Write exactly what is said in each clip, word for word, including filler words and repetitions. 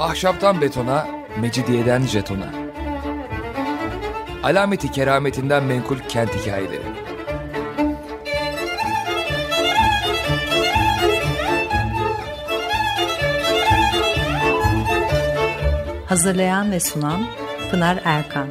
Ahşaptan betona, mecidiyeden jetona. Alameti kerametinden menkul kent hikayeleri. Hazırlayan ve sunan Pınar Erkan.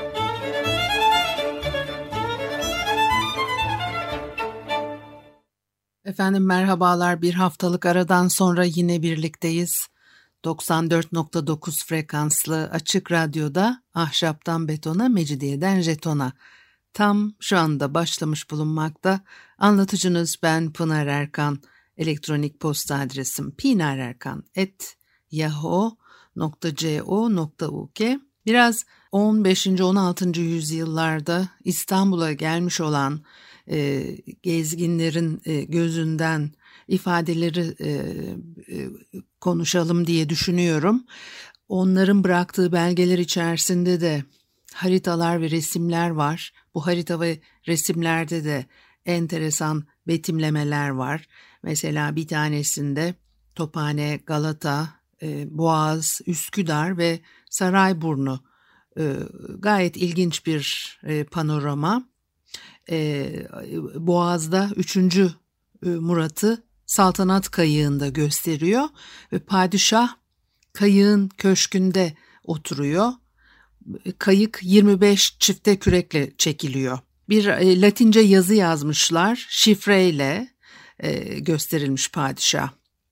Efendim merhabalar, bir haftalık aradan sonra yine birlikteyiz. doksan dört nokta dokuz frekanslı Açık Radyo'da Ahşaptan Betona, Mecidiyeden Jeton'a tam şu anda başlamış bulunmakta. Anlatıcınız ben Pınar Erkan. Elektronik posta adresim pinarerkan at yahoo nokta co nokta uk. Biraz on beşinci on altıncı yüzyıllarda İstanbul'a gelmiş olan e, gezginlerin e, gözünden ifadeleri e, e, konuşalım diye düşünüyorum. Onların bıraktığı belgeler içerisinde de haritalar ve resimler var. Bu harita ve resimlerde de enteresan betimlemeler var. Mesela bir tanesinde Tophane, Galata, e, Boğaz, Üsküdar ve Sarayburnu. E, gayet ilginç bir e, panorama. E, Boğaz'da üçüncü E, Murat'ı saltanat kayığında gösteriyor ve padişah kayığın köşkünde oturuyor. Kayık yirmi beş çifte kürekle çekiliyor. Bir e, Latince yazı yazmışlar, şifreyle e, gösterilmiş padişah.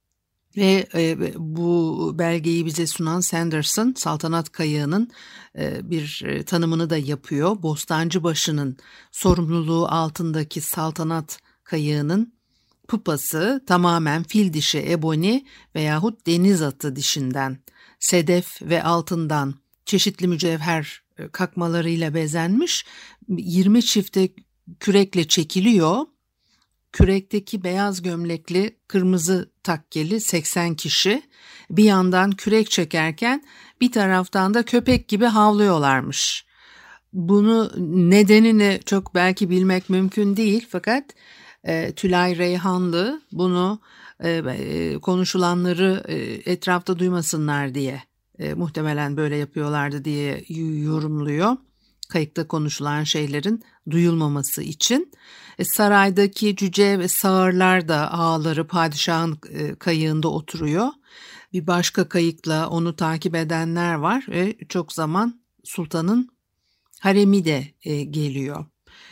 Ve e, bu belgeyi bize sunan Sanderson, saltanat kayığının e, bir e, tanımını da yapıyor. Bostancıbaşı'nın sorumluluğu altındaki saltanat kayığının pupası tamamen fil dişi eboni veyahut deniz atı dişinden, sedef ve altından çeşitli mücevher kakmalarıyla bezenmiş, yirmi çifte kürekle çekiliyor. Kürekteki beyaz gömlekli, kırmızı takkeli seksen kişi bir yandan kürek çekerken bir taraftan da köpek gibi havlıyorlarmış. Bunu nedenini çok belki bilmek mümkün değil, fakat e, Tülay Reyhanlı bunu e, konuşulanları e, etrafta duymasınlar diye e, muhtemelen böyle yapıyorlardı diye yorumluyor. Kayıkta konuşulan şeylerin duyulmaması için. E, saraydaki cüce ve sağırlar da ağaları padişahın e, kayığında oturuyor. Bir başka kayıkla onu takip edenler var ve çok zaman sultanın haremi de e, geliyor.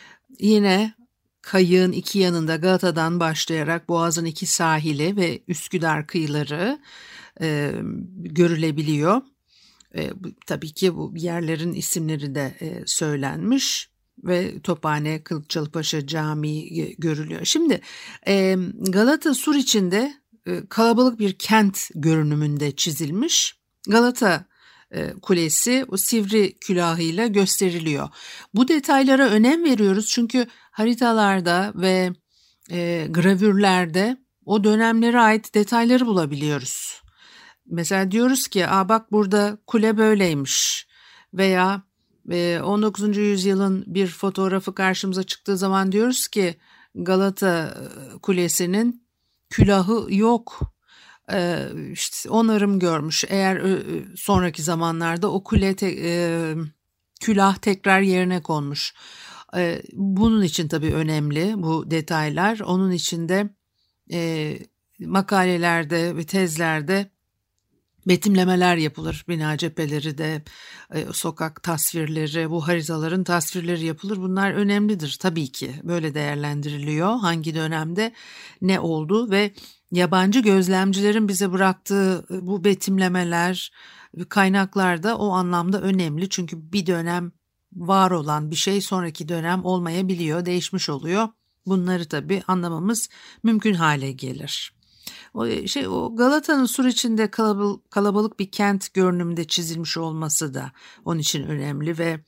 Yine kayığın iki yanında Galata'dan başlayarak Boğaz'ın iki sahili ve Üsküdar kıyıları e, görülebiliyor. E, tabii ki bu yerlerin isimleri de e, söylenmiş ve Tophane, Kılıçdaroğlu Camii görülüyor. Şimdi e, Galata sur içinde e, kalabalık bir kent görünümünde çizilmiş. Galata e, Kulesi o sivri külahıyla gösteriliyor. Bu detaylara önem veriyoruz çünkü haritalarda ve e, gravürlerde o dönemlere ait detayları bulabiliyoruz. Mesela diyoruz ki, Aa, bak burada kule böyleymiş veya e, on dokuzuncu yüzyılın bir fotoğrafı karşımıza çıktığı zaman diyoruz ki Galata Kulesi'nin külahı yok. E, işte onarım görmüş. Eğer e, sonraki zamanlarda o kule te, e, külah tekrar yerine konmuş. E, bunun için tabii önemli bu detaylar. Onun için de e, makalelerde ve tezlerde betimlemeler yapılır. Bina cepheleri de, e, sokak tasvirleri, bu haritaların tasvirleri yapılır. Bunlar önemlidir tabii ki. Böyle değerlendiriliyor. Hangi dönemde ne oldu ve yabancı gözlemcilerin bize bıraktığı bu betimlemeler, kaynaklar da o anlamda önemli. Çünkü bir dönem var olan bir şey sonraki dönem olmayabiliyor, değişmiş oluyor. Bunları tabii anlamamız mümkün hale gelir. O şey o Galata'nın sur içinde kalabalık, kalabalık bir kent görünümünde çizilmiş olması da onun için önemli ve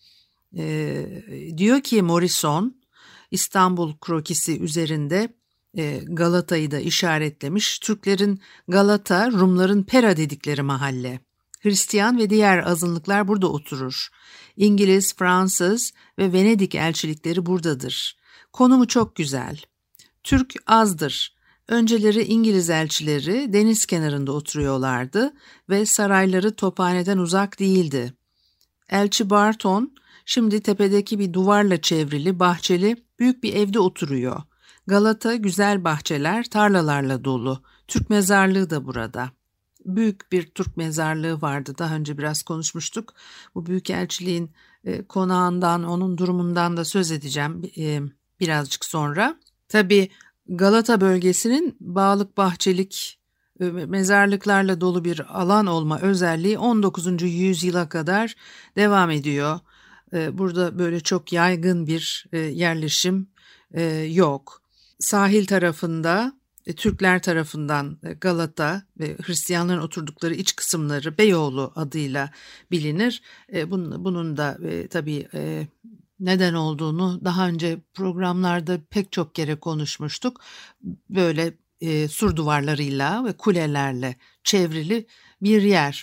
e, diyor ki Morrison, İstanbul krokisi üzerinde e, Galata'yı da işaretlemiş. Türklerin Galata, Rumların Pera dedikleri mahalle. Hristiyan ve diğer azınlıklar burada oturur. İngiliz, Fransız ve Venedik elçilikleri buradadır. Konumu çok güzel. Türk azdır. Önceleri İngiliz elçileri deniz kenarında oturuyorlardı ve sarayları Tophane'den uzak değildi. Elçi Barton şimdi tepedeki bir duvarla çevrili, bahçeli büyük bir evde oturuyor. Galata güzel bahçeler, tarlalarla dolu. Türk mezarlığı da burada. Büyük bir Türk mezarlığı vardı. Daha önce biraz konuşmuştuk. Bu büyükelçiliğin e, konağından, onun durumundan da söz edeceğim e, birazcık sonra. Tabii Galata bölgesinin bağlık bahçelik e, mezarlıklarla dolu bir alan olma özelliği on dokuzuncu yüzyıla kadar devam ediyor. E, burada böyle çok yaygın bir e, yerleşim e, yok. Sahil tarafında e, Türkler tarafından e, Galata ve Hristiyanların oturdukları iç kısımları Beyoğlu adıyla bilinir. E, bunun, bunun da e, tabii e, neden olduğunu daha önce programlarda pek çok kere konuşmuştuk. Böyle e, sur duvarlarıyla ve kulelerle çevrili bir yer.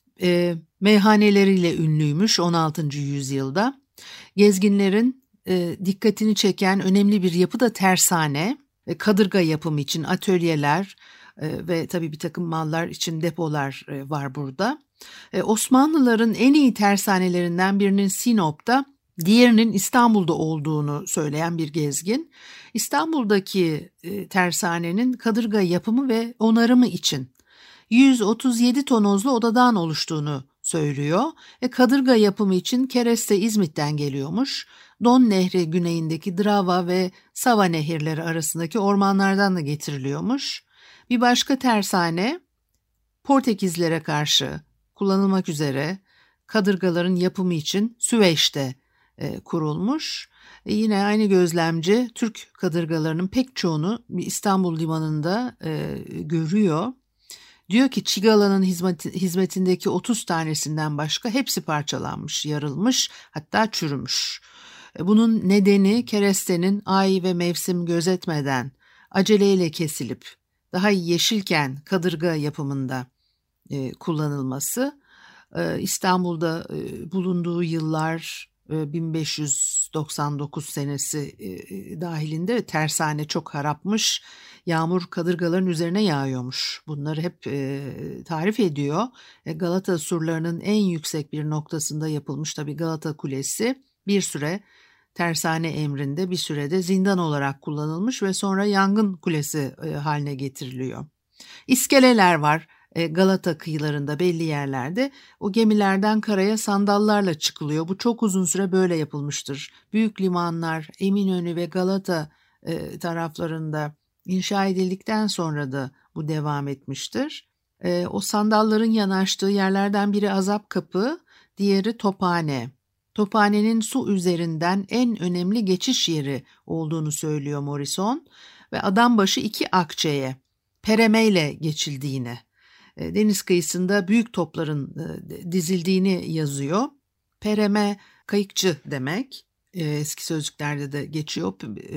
E, meyhaneleriyle ünlüymüş on altıncı yüzyılda. Gezginlerin e, dikkatini çeken önemli bir yapı da tersane, e, kadırga yapımı için atölyeler e, ve tabii bir takım mallar için depolar e, var burada. E, Osmanlıların en iyi tersanelerinden birinin Sinop'ta, diğerinin İstanbul'da olduğunu söyleyen bir gezgin, İstanbul'daki e, tersanenin kadırga yapımı ve onarımı için yüz otuz yedi tonozlu odadan oluştuğunu söylüyor. E, kadırga yapımı için kereste İzmit'ten geliyormuş. Don Nehri güneyindeki Drava ve Sava nehirleri arasındaki ormanlardan da getiriliyormuş. Bir başka tersane Portekizlere karşı kullanılmak üzere kadırgaların yapımı için Süveyş'te e, kurulmuş. E, yine aynı gözlemci Türk kadırgalarının pek çoğunu İstanbul limanında e, görüyor. Diyor ki Çigala'nın hizmeti, hizmetindeki otuz tanesinden başka hepsi parçalanmış, yarılmış, hatta çürümüş. Bunun nedeni kerestenin ay ve mevsim gözetmeden aceleyle kesilip daha yeşilken kadırga yapımında e, kullanılması. E, İstanbul'da e, bulunduğu yıllar e, bin beş yüz doksan dokuz senesi e, dahilinde ve tersane çok harapmış. Yağmur kadırgaların üzerine yağıyormuş. Bunları hep e, tarif ediyor. E, Galata surlarının en yüksek bir noktasında yapılmış tabii Galata Kulesi bir süre tersane emrinde, bir sürede zindan olarak kullanılmış ve sonra yangın kulesi e, haline getiriliyor. İskeleler var e, Galata kıyılarında belli yerlerde. O gemilerden karaya sandallarla çıkılıyor. Bu çok uzun süre böyle yapılmıştır. Büyük limanlar Eminönü ve Galata e, taraflarında İnşa edildikten sonra da bu devam etmiştir. E, o sandalların yanaştığı yerlerden biri Azap Kapı, diğeri Tophane. Tophane'nin su üzerinden en önemli geçiş yeri olduğunu söylüyor Morison ve adam başı iki akçeye, peremeyle geçildiğini, e, deniz kıyısında büyük topların e, dizildiğini yazıyor. Pereme kayıkçı demek. Eski sözlüklerde de geçiyor.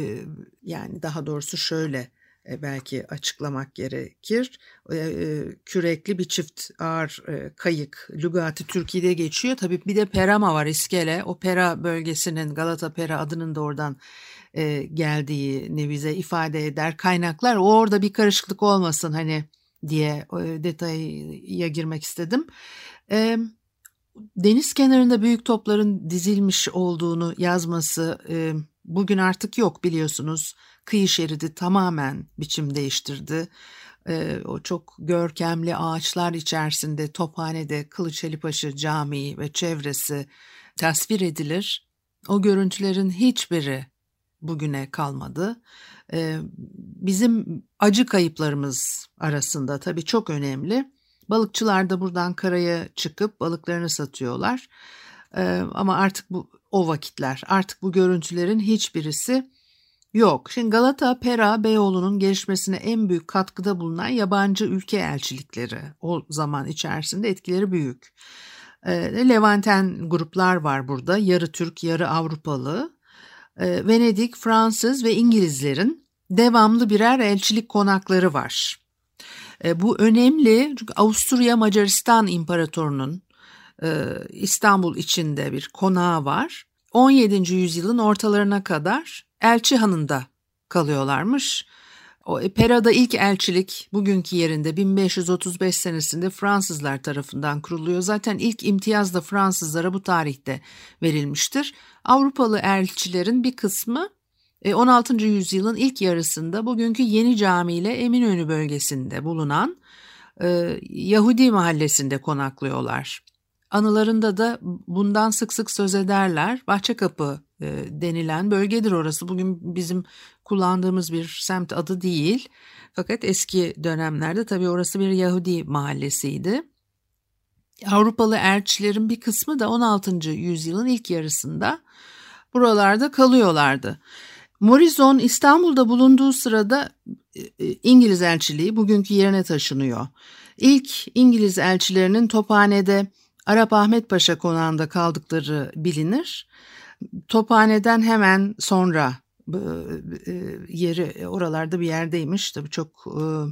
Yani daha doğrusu şöyle belki açıklamak gerekir. Kürekli bir çift ağır kayık lügati Türkiye'de geçiyor. Tabii bir de Perama var, iskele. O Pera bölgesinin Galata Pera adının da oradan geldiğini bize ifade eder kaynaklar. O orada bir karışıklık olmasın hani diye detaya girmek istedim. Evet. Deniz kenarında büyük topların dizilmiş olduğunu yazması e, bugün artık yok biliyorsunuz. Kıyı şeridi tamamen biçim değiştirdi. E, o çok görkemli ağaçlar içerisinde Tophane'de Kılıçhalipaşa Camii ve çevresi tasvir edilir. O görüntülerin hiçbiri bugüne kalmadı. E, bizim acı kayıplarımız arasında tabii çok önemli. Balıkçılar da buradan karaya çıkıp balıklarını satıyorlar. Ee, ama artık bu o vakitler, artık bu görüntülerin hiçbirisi yok. Şimdi Galata, Pera, Beyoğlu'nun gelişmesine en büyük katkıda bulunan yabancı ülke elçilikleri o zaman içerisinde etkileri büyük. Ee, Levanten gruplar var burada, yarı Türk, yarı Avrupalı. Ee, Venedik, Fransız ve İngilizlerin devamlı birer elçilik konakları var. Bu önemli çünkü Avusturya Macaristan İmparatorluğu'nun e, İstanbul içinde bir konağı var. on yedinci yüzyılın ortalarına kadar Elçi Hanı'nda kalıyorlarmış. O Pera'da ilk elçilik bugünkü yerinde bin beş yüz otuz beş senesinde Fransızlar tarafından kuruluyor. Zaten ilk imtiyaz da Fransızlara bu tarihte verilmiştir. Avrupalı elçilerin bir kısmı on altıncı yüzyılın ilk yarısında bugünkü Yeni Cami ile Eminönü bölgesinde bulunan e, Yahudi mahallesinde konaklıyorlar. Anılarında da bundan sık sık söz ederler. Bahçekapı e, denilen bölgedir orası. Bugün bizim kullandığımız bir semt adı değil. Fakat eski dönemlerde tabii orası bir Yahudi mahallesiydi. Avrupalı elçilerin bir kısmı da on altıncı yüzyılın ilk yarısında buralarda kalıyorlardı. Morison İstanbul'da bulunduğu sırada İngiliz elçiliği bugünkü yerine taşınıyor. İlk İngiliz elçilerinin Tophane'de Arap Ahmet Paşa konağında kaldıkları bilinir. Tophane'den hemen sonra yeri oralarda bir yerdeymiş. Tabii çok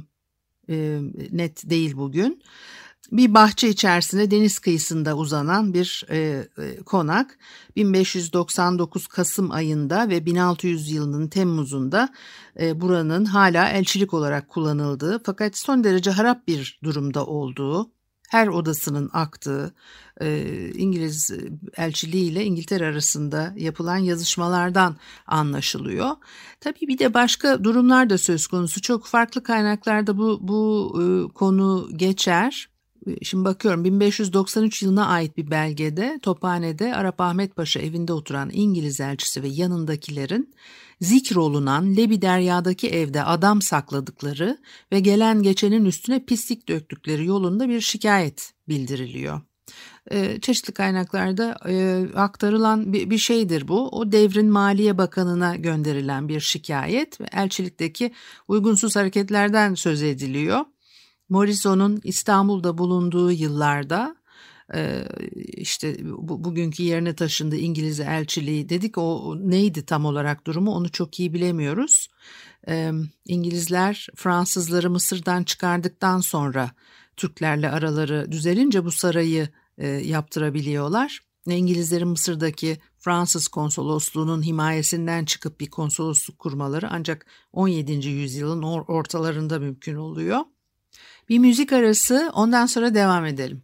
net değil bugün. Bir bahçe içerisinde deniz kıyısında uzanan bir e, konak bin beş yüz doksan dokuz Kasım ayında ve bin altı yüz yılının Temmuz'unda e, buranın hala elçilik olarak kullanıldığı fakat son derece harap bir durumda olduğu, her odasının aktığı, e, İngiliz elçiliği ile İngiltere arasında yapılan yazışmalardan anlaşılıyor. Tabii bir de başka durumlar da söz konusu. Çok farklı kaynaklarda bu, bu e, konu geçer. Şimdi bakıyorum bin beş yüz doksan üç yılına ait bir belgede Tophane'de Arap Ahmet Paşa evinde oturan İngiliz elçisi ve yanındakilerin zikrolunan Lebi Derya'daki evde adam sakladıkları ve gelen geçenin üstüne pislik döktükleri yolunda bir şikayet bildiriliyor. Ee, çeşitli kaynaklarda e, aktarılan bir, bir şeydir bu. O devrin Maliye Bakanı'na gönderilen bir şikayet ve elçilikteki uygunsuz hareketlerden söz ediliyor. Morison'un İstanbul'da bulunduğu yıllarda işte bugünkü yerine taşındığı İngiliz elçiliği dedik, o neydi tam olarak durumu onu çok iyi bilemiyoruz. İngilizler Fransızları Mısır'dan çıkardıktan sonra Türklerle araları düzelince bu sarayı yaptırabiliyorlar. İngilizlerin Mısır'daki Fransız konsolosluğunun himayesinden çıkıp bir konsolosluk kurmaları ancak on yedinci yüzyılın ortalarında mümkün oluyor. Bir müzik arası, ondan sonra devam edelim.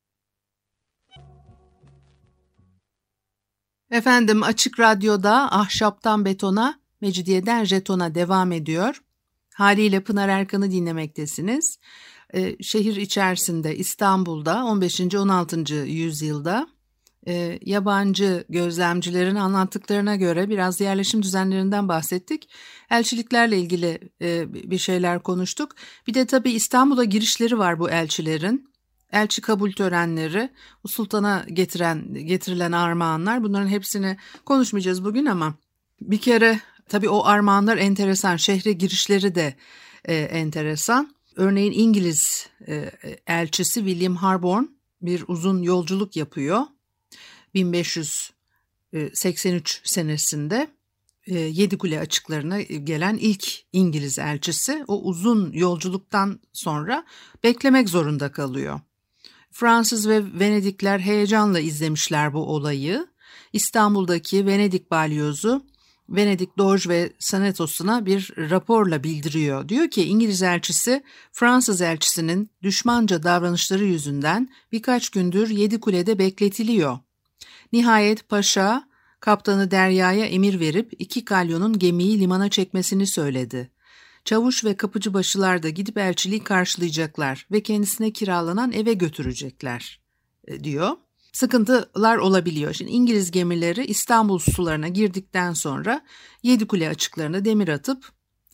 Efendim, Açık Radyo'da Ahşaptan Betona, Mecidiyeden Jeton'a devam ediyor. Haliyle Pınar Erkan'ı dinlemektesiniz. Ee, şehir içerisinde İstanbul'da on beşinci on altıncı yüzyılda e, yabancı gözlemcilerin anlattıklarına göre biraz yerleşim düzenlerinden bahsettik. Elçiliklerle ilgili e, bir şeyler konuştuk. Bir de tabii İstanbul'a girişleri var bu elçilerin. Elçi kabul törenleri, sultana getiren getirilen armağanlar, bunların hepsini konuşmayacağız bugün ama bir kere tabii o armağanlar enteresan, şehre girişleri de e, enteresan. Örneğin İngiliz e, elçisi William Harborne bir uzun yolculuk yapıyor. bin beş yüz seksen üç senesinde Yedikule açıklarına gelen ilk İngiliz elçisi o uzun yolculuktan sonra beklemek zorunda kalıyor. Fransız ve Venedikler heyecanla izlemişler bu olayı. İstanbul'daki Venedik balyozu Venedik Doge ve Senatos'una bir raporla bildiriyor. Diyor ki İngiliz elçisi Fransız elçisinin düşmanca davranışları yüzünden birkaç gündür Yedikule'de bekletiliyor. Nihayet paşa kaptanı Derya'ya emir verip iki kalyonun gemiyi limana çekmesini söyledi. Çavuş ve kapıcıbaşılar da gidip elçiliği karşılayacaklar ve kendisine kiralanan eve götürecekler diyor. Sıkıntılar olabiliyor. Şimdi İngiliz gemileri İstanbul sularına girdikten sonra Yedikule açıklarına demir atıp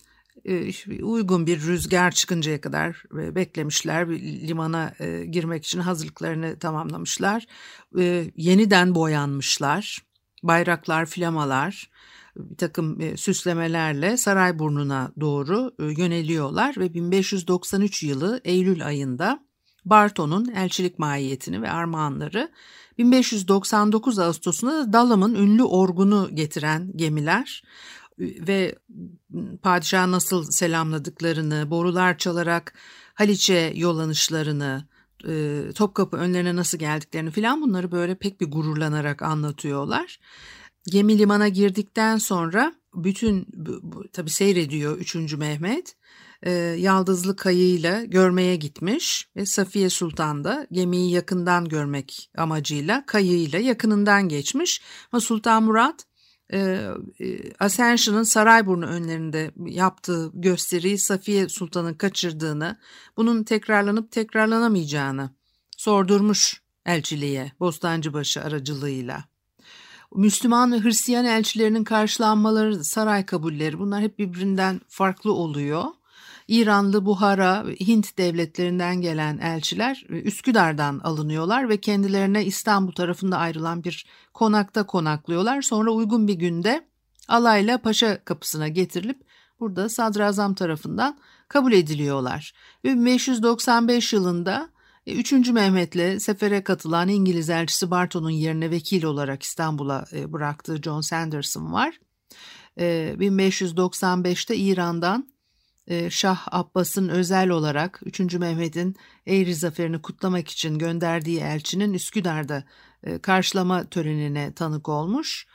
uygun bir rüzgar çıkıncaya kadar beklemişler. Limana girmek için hazırlıklarını tamamlamışlar. Yeniden boyanmışlar. Bayraklar, flamalar, bir takım süslemelerle Sarayburnu'na doğru yöneliyorlar ve bin beş yüz doksan üç yılı Eylül ayında Barton'un elçilik mahiyetini ve armağanları, bin beş yüz doksan dokuz Ağustos'unda Dallam'ın ünlü orgunu getiren gemiler ve padişahı nasıl selamladıklarını, borular çalarak Haliç'e yollanışlarını, Topkapı önlerine nasıl geldiklerini filan, bunları böyle pek bir gururlanarak anlatıyorlar. Gemi limana girdikten sonra bütün bu, bu, tabii seyrediyor üçüncü Mehmet. E, Yaldızlı Kayı'yla görmeye gitmiş ve Safiye Sultan da gemiyi yakından görmek amacıyla kayığıyla yakınından geçmiş. Ama Sultan Murat e, Ascension'ın Sarayburnu önlerinde yaptığı gösteriyi Safiye Sultan'ın kaçırdığını, bunun tekrarlanıp tekrarlanamayacağını sordurmuş elçiliğe Bostancıbaşı aracılığıyla. Müslüman ve Hristiyan elçilerinin karşılanmaları, saray kabulleri, bunlar hep birbirinden farklı oluyor. İranlı, Buhara, Hint devletlerinden gelen elçiler Üsküdar'dan alınıyorlar ve kendilerine İstanbul tarafında ayrılan bir konakta konaklıyorlar. Sonra uygun bir günde alayla Paşa Kapısı'na getirilip burada Sadrazam tarafından kabul ediliyorlar. bin beş yüz doksan beş yılında üçüncü Mehmet'le sefere katılan İngiliz elçisi Bartol'un yerine vekil olarak İstanbul'a bıraktığı John Sanderson var. bin beş yüz doksan beşte İran'dan Şah Abbas'ın özel olarak üçüncü Mehmet'in Eğri Zaferi'ni kutlamak için gönderdiği elçinin Üsküdar'da karşılama törenine tanık olmuş.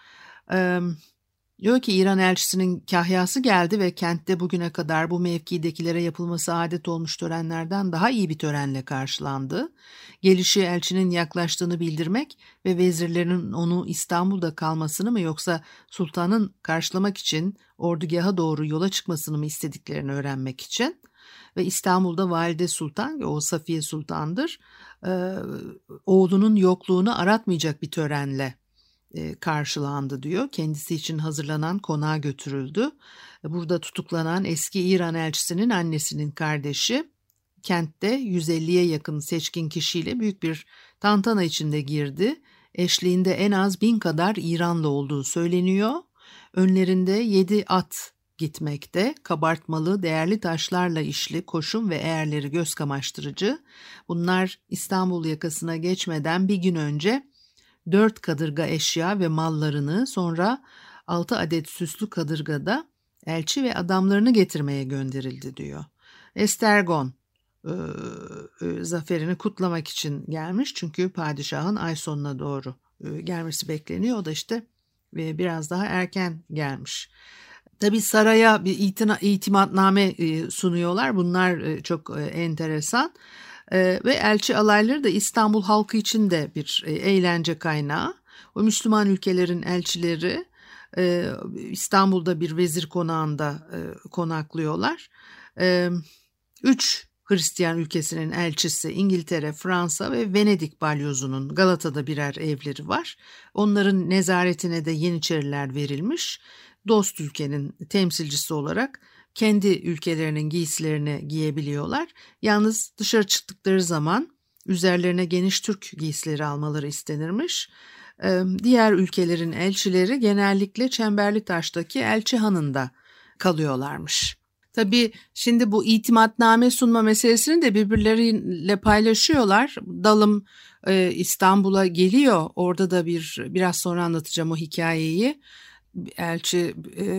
Diyor ki İran elçisinin kahyası geldi ve kentte bugüne kadar bu mevkidekilere yapılması adet olmuş törenlerden daha iyi bir törenle karşılandı. Gelişi elçinin yaklaştığını bildirmek ve vezirlerinin onu İstanbul'da kalmasını mı yoksa sultanın karşılamak için ordugaha doğru yola çıkmasını mı istediklerini öğrenmek için ve İstanbul'da Valide Sultan, o Safiye Sultan'dır, oğlunun yokluğunu aratmayacak bir törenle karşılandı diyor. Kendisi için hazırlanan konağa götürüldü. Burada tutuklanan eski İran elçisinin annesinin kardeşi kentte yüz elliye yakın seçkin kişiyle büyük bir tantana içinde girdi. Eşliğinde en az bin kadar İranlı olduğu söyleniyor. Önlerinde yedi at gitmekte, kabartmalı, değerli taşlarla işli koşum ve eğerleri göz kamaştırıcı. Bunlar İstanbul yakasına geçmeden bir gün önce dört kadırga eşya ve mallarını, sonra altı adet süslü kadırgada elçi ve adamlarını getirmeye gönderildi diyor. Estergon e, e, zaferini kutlamak için gelmiş çünkü padişahın ay sonuna doğru e, gelmesi bekleniyor. O da işte e, biraz daha erken gelmiş. Tabii saraya bir itina, itimatname e, sunuyorlar. Bunlar e, çok e, enteresan. Ee, ve elçi alayları da İstanbul halkı için de bir e, eğlence kaynağı. O Müslüman ülkelerin elçileri e, İstanbul'da bir vezir konağında e, konaklıyorlar. E, üç Hristiyan ülkesinin elçisi İngiltere, Fransa ve Venedik balyozunun Galata'da birer evleri var. Onların nezaretine de Yeniçeriler verilmiş. Dost ülkenin temsilcisi olarak kendi ülkelerinin giysilerini giyebiliyorlar. Yalnız dışarı çıktıkları zaman üzerlerine geniş Türk giysileri almaları istenirmiş. Ee, diğer ülkelerin elçileri genellikle Çemberlitaş'taki elçi hanında kalıyorlarmış. Tabii şimdi bu itimatname sunma meselesini de birbirleriyle paylaşıyorlar. Dalım e, İstanbul'a geliyor. Orada da bir biraz sonra anlatacağım o hikayeyi. Elçi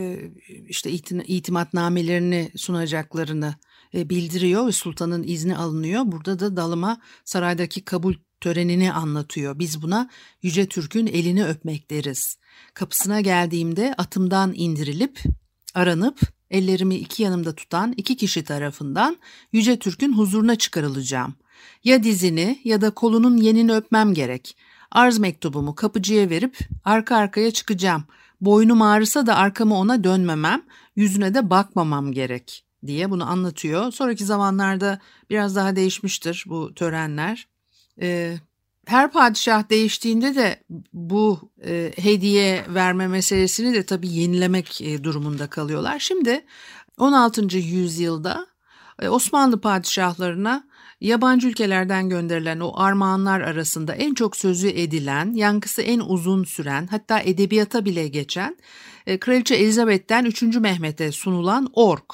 işte itimatnamelerini sunacaklarını bildiriyor ve sultanın izni alınıyor. Burada da Dalım'a saraydaki kabul törenini anlatıyor. Biz buna Yüce Türk'ün elini öpmek deriz. Kapısına geldiğimde atımdan indirilip aranıp ellerimi iki yanımda tutan iki kişi tarafından Yüce Türk'ün huzuruna çıkarılacağım. Ya dizini ya da kolunun yenini öpmem gerek. Arz mektubumu kapıcıya verip arka arkaya çıkacağım. Boynum ağrısa da arkamı ona dönmemem, yüzüne de bakmamam gerek diye bunu anlatıyor. Sonraki zamanlarda biraz daha değişmiştir bu törenler. Ee, her padişah değiştiğinde de bu e, hediye verme meselesini de tabii yenilemek e, durumunda kalıyorlar. Şimdi on altıncı yüzyılda e, Osmanlı padişahlarına yabancı ülkelerden gönderilen o armağanlar arasında en çok sözü edilen, yankısı en uzun süren, hatta edebiyata bile geçen e, Kraliçe Elizabeth'ten üçüncü Mehmet'e sunulan ork.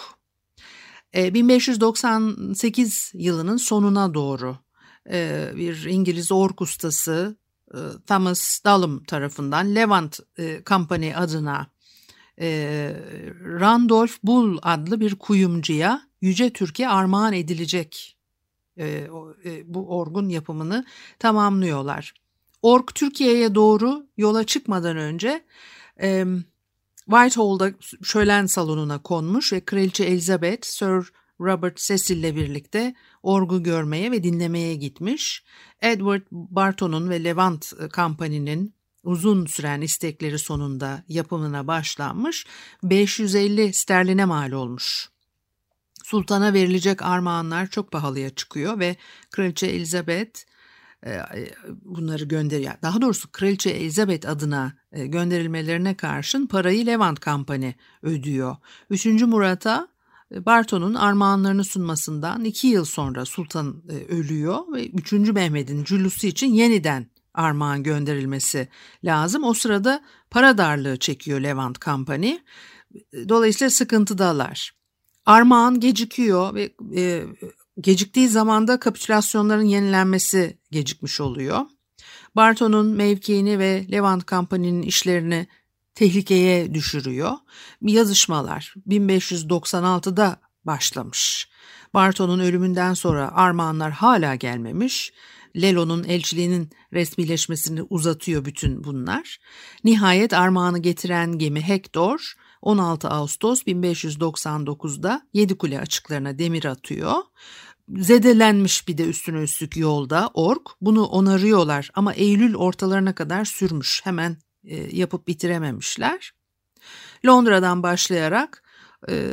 E, bin beş yüz doksan sekiz yılının sonuna doğru e, bir İngiliz ork ustası e, Thomas Dallam tarafından Levant e, Company adına e, Randolph Bull adlı bir kuyumcuya Yüce Türk'e armağan edilecek. E, e, bu orgun yapımını tamamlıyorlar. Ork Türkiye'ye doğru yola çıkmadan önce e, Whitehall'da şölen salonuna konmuş ve Kraliçe Elizabeth, Sir Robert Cecil ile birlikte orgu görmeye ve dinlemeye gitmiş. Edward Barton'un ve Levant Company'nin uzun süren istekleri sonunda yapımına başlanmış, beş yüz elli sterline mal olmuş. Sultana verilecek armağanlar çok pahalıya çıkıyor ve Kraliçe Elizabeth bunları gönderiyor. Daha doğrusu Kraliçe Elizabeth adına gönderilmelerine karşın parayı Levant Company ödüyor. Üçüncü Murat'a Barton'un armağanlarını sunmasından iki yıl sonra Sultan ölüyor ve üçüncü Mehmet'in cüllüsü için yeniden armağan gönderilmesi lazım. O sırada para darlığı çekiyor Levant Company. Dolayısıyla sıkıntıdalar. Armağan gecikiyor ve e, geciktiği zaman da kapitülasyonların yenilenmesi gecikmiş oluyor. Barton'un mevkiini ve Levant Company'nin işlerini tehlikeye düşürüyor. Yazışmalar bin beş yüz doksan altıda başlamış. Barton'un ölümünden sonra armağanlar hala gelmemiş. Lelo'nun elçiliğinin resmileşmesini uzatıyor bütün bunlar. Nihayet armağanı getiren gemi Hector on altı Ağustos bin beş yüz doksan dokuzda Yedikule açıklarına demir atıyor. Zedelenmiş bir de üstüne üstlük yolda ork. Bunu onarıyorlar ama Eylül ortalarına kadar sürmüş. Hemen e, yapıp bitirememişler. Londra'dan başlayarak e,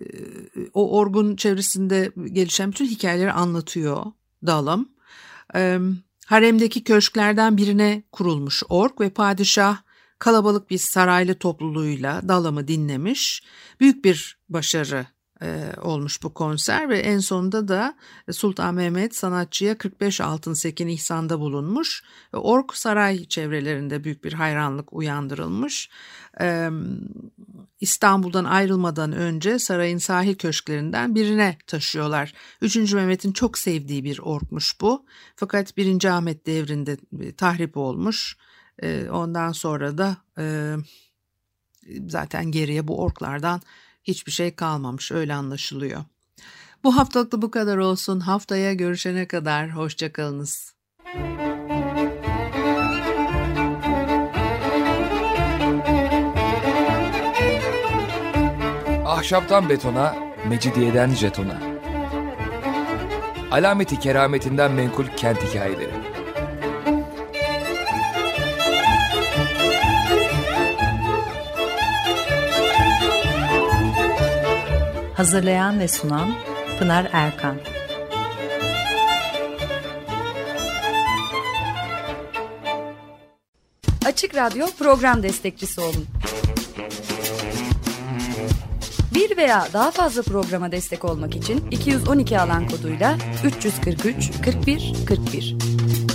o orgun çevresinde gelişen bütün hikayeleri anlatıyor Dalım. E, haremdeki köşklerden birine kurulmuş ork ve padişah kalabalık bir saraylı topluluğuyla Dalım'ı dinlemiş. Büyük bir başarı e, olmuş bu konser ve en sonunda da Sultan Mehmet sanatçıya kırk beş altın sekin ihsanda bulunmuş. Ork saray çevrelerinde büyük bir hayranlık uyandırılmış. E, İstanbul'dan ayrılmadan önce sarayın sahil köşklerinden birine taşıyorlar. üçüncü Mehmet'in çok sevdiği bir orkmuş bu. Fakat birinci Ahmet devrinde tahrip olmuş. Ondan sonra da e, zaten geriye bu orklardan hiçbir şey kalmamış, öyle anlaşılıyor. Bu haftalık da bu kadar olsun. Haftaya görüşene kadar hoşça kalınız. Ahşaptan betona, mecidiyeden jetona. Alameti kerametinden menkul kent hikayeleri. Hazırlayan ve sunan Pınar Erkan. Açık Radyo program destekçisi olun. Bir veya daha fazla programa destek olmak için iki yüz on iki alan koduyla üç yüz kırk üç kırk bir kırk bir.